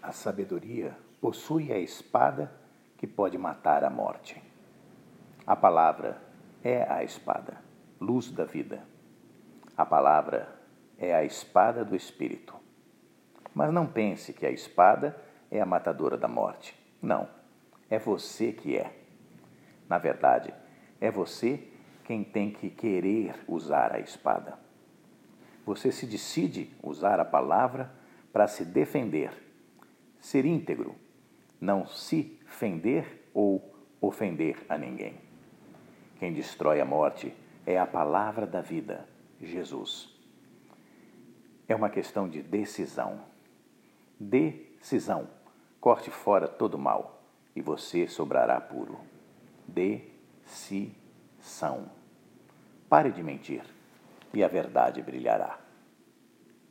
A sabedoria possui a espada que pode matar a morte. A palavra é a espada, luz da vida. A palavra é a espada do Espírito. Mas não pense que a espada é a matadora da morte. Não, é você que é. Na verdade, é você quem tem que querer usar a espada. Você se decide usar a palavra para se defender, ser íntegro, não se fender ou ofender a ninguém. Quem destrói a morte é a palavra da vida, Jesus. É uma questão de decisão. Decisão. Corte fora todo o mal e você sobrará puro. Decisão. Pare de mentir e a verdade brilhará.